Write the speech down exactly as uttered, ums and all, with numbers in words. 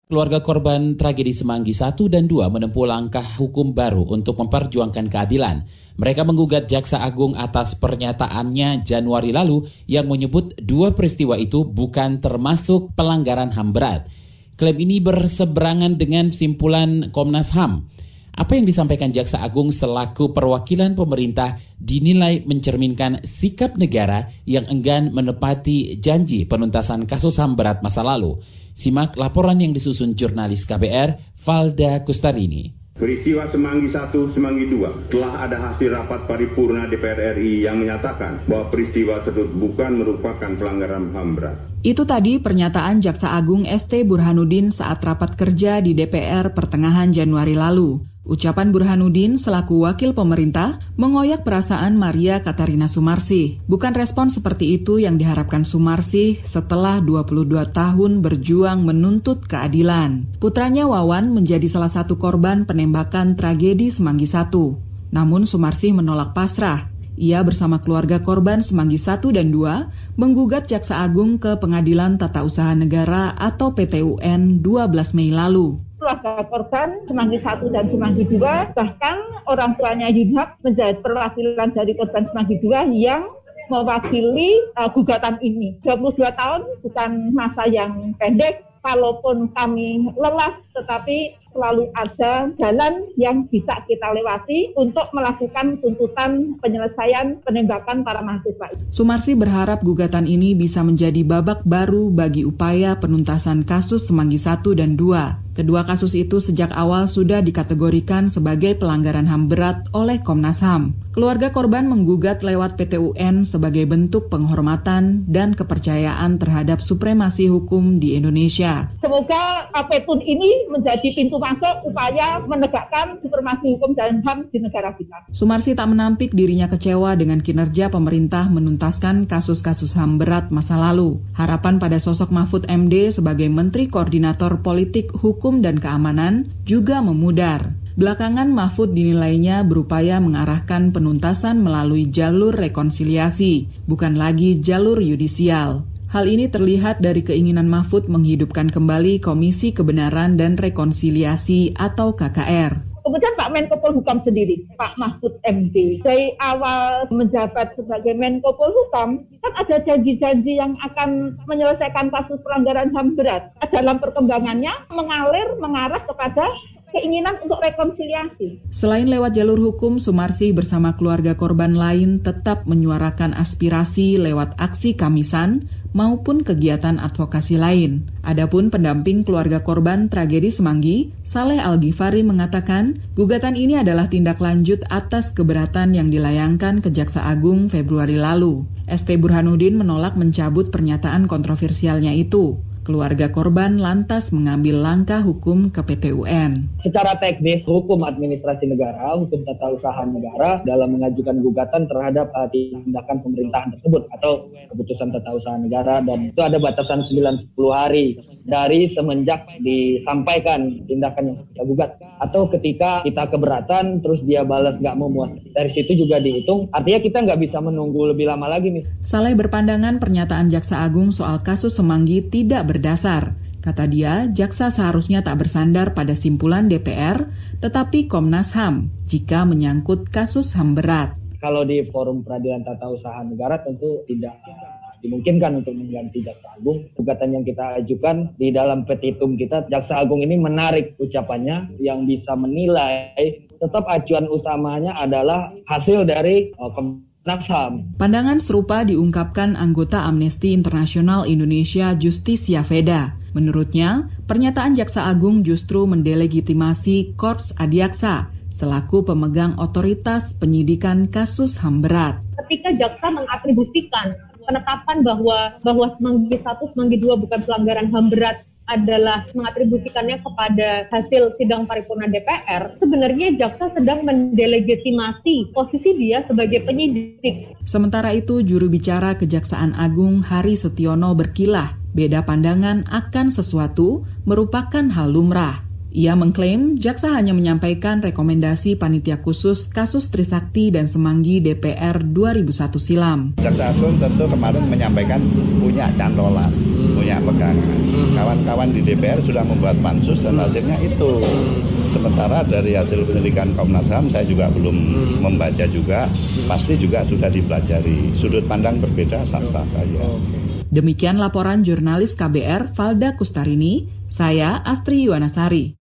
Keluarga korban tragedi Semanggi satu dan dua menempuh langkah hukum baru untuk memperjuangkan keadilan. Mereka menggugat Jaksa Agung atas pernyataannya Januari lalu yang menyebut dua peristiwa itu bukan termasuk pelanggaran H A M berat. Klaim ini berseberangan dengan simpulan Komnas H A M. Apa yang disampaikan Jaksa Agung selaku perwakilan pemerintah dinilai mencerminkan sikap negara yang enggan menepati janji penuntasan kasus H A M berat masa lalu. Simak laporan yang disusun jurnalis K B R, Valda Kustarini. Peristiwa Semanggi satu, Semanggi dua telah ada hasil rapat paripurna D P R R I yang menyatakan bahwa peristiwa tersebut bukan merupakan pelanggaran H A M berat. Itu tadi pernyataan Jaksa Agung S T Burhanuddin saat rapat kerja di D P R pertengahan Januari lalu. Ucapan Burhanuddin selaku wakil pemerintah mengoyak perasaan Maria Katarina Sumarsih. Bukan respon seperti itu yang diharapkan Sumarsih setelah dua puluh dua tahun berjuang menuntut keadilan. Putranya Wawan menjadi salah satu korban penembakan tragedi Semanggi satu. Namun Sumarsih menolak pasrah. Ia bersama keluarga korban Semanggi satu dan dua menggugat Jaksa Agung ke Pengadilan Tata Usaha Negara atau P T U N dua belas Mei lalu. Keluarga korban Semanggi satu dan Semanggi dua, bahkan orang tuanya Yunhak menjadi perwakilan dari korban Semanggi dua yang mewakili uh, gugatan ini. dua puluh dua tahun bukan masa yang pendek, kalaupun kami lelah tetapi selalu ada jalan yang bisa kita lewati untuk melakukan tuntutan penyelesaian penembakan para mahasiswa. Sumarsih berharap gugatan ini bisa menjadi babak baru bagi upaya penuntasan kasus Semanggi satu dan dua. Kedua kasus itu sejak awal sudah dikategorikan sebagai pelanggaran H A M berat oleh Komnas H A M. Keluarga korban menggugat lewat P T U N sebagai bentuk penghormatan dan kepercayaan terhadap supremasi hukum di Indonesia. Semoga Petun ini menjadi pintu masuk upaya menegakkan supremasi hukum dan H A M di negara kita. Sumarsih tak menampik dirinya kecewa dengan kinerja pemerintah menuntaskan kasus-kasus H A M berat masa lalu. Harapan pada sosok Mahfud M D sebagai Menteri Koordinator Politik Hukum dan Keamanan juga memudar. Belakangan Mahfud dinilainya berupaya mengarahkan penuntasan melalui jalur rekonsiliasi, bukan lagi jalur yudisial. Hal ini terlihat dari keinginan Mahfud menghidupkan kembali Komisi Kebenaran dan Rekonsiliasi atau K K R. Kemudian Pak Menko Polhukam sendiri, Pak Mahfud M D, dari awal menjabat sebagai Menko Polhukam, kan ada janji-janji yang akan menyelesaikan kasus pelanggaran H A M berat. Dalam perkembangannya mengalir, mengarah kepada keinginan untuk rekonsiliasi. Selain lewat jalur hukum, Sumarsih bersama keluarga korban lain tetap menyuarakan aspirasi lewat aksi kamisan maupun kegiatan advokasi lain. Adapun pendamping keluarga korban tragedi Semanggi, Saleh Al-Ghifari mengatakan, gugatan ini adalah tindak lanjut atas keberatan yang dilayangkan ke Jaksa Agung Februari lalu. S T Burhanuddin menolak mencabut pernyataan kontroversialnya itu. Keluarga korban lantas mengambil langkah hukum ke P T U N. Secara teknis, hukum administrasi negara, hukum tata usaha negara dalam mengajukan gugatan terhadap uh, tindakan pemerintahan tersebut atau keputusan tata usaha negara, dan itu ada batasan sembilan puluh hari dari semenjak disampaikan tindakan yang kita gugat. Atau ketika kita keberatan terus dia balas nggak memuaskan, dari situ juga dihitung. Artinya kita nggak bisa menunggu lebih lama lagi. Mis. Saleh berpandangan pernyataan Jaksa Agung soal kasus Semanggi tidak berdasar. Kata dia, jaksa seharusnya tak bersandar pada simpulan D P R, tetapi Komnas H A M jika menyangkut kasus H A M berat. Kalau di forum peradilan tata usaha negara tentu tidak dimungkinkan untuk mengganti Jaksa Agung. Gugatan yang kita ajukan di dalam petitum kita, Jaksa Agung ini menarik ucapannya yang bisa menilai tetap acuan utamanya adalah hasil dari uh, Komnas H A M. Pandangan serupa diungkapkan anggota Amnesty International Indonesia Justisia Veda. Menurutnya, pernyataan Jaksa Agung justru mendelegitimasi Korps Adiaksa selaku pemegang otoritas penyidikan kasus H A M berat. Ketika jaksa mengatribusikan penetapan bahwa bahwa Semanggi satu, Semanggi dua bukan pelanggaran H A M berat adalah mengatribusikannya kepada hasil sidang paripurna D P R, sebenarnya jaksa sedang mendelegitimasi posisi dia sebagai penyidik. Sementara itu, juru bicara Kejaksaan Agung Hari Setiono berkilah, beda pandangan akan sesuatu merupakan hal lumrah. Ia mengklaim jaksa hanya menyampaikan rekomendasi panitia khusus kasus Trisakti dan Semanggi D P R dua ribu satu silam. Jaksa Agung tentu kemarin menyampaikan punya cantolan, punya pegangan. Kawan-kawan di D P R sudah membuat pansus dan hasilnya itu. Sementara dari hasil penyelidikan Komnas H A M saya juga belum membaca juga, pasti juga sudah dipelajari. Sudut pandang berbeda sah-sah saja. Demikian laporan jurnalis K B R Valda Kustarini, saya Astri Yuwanasari.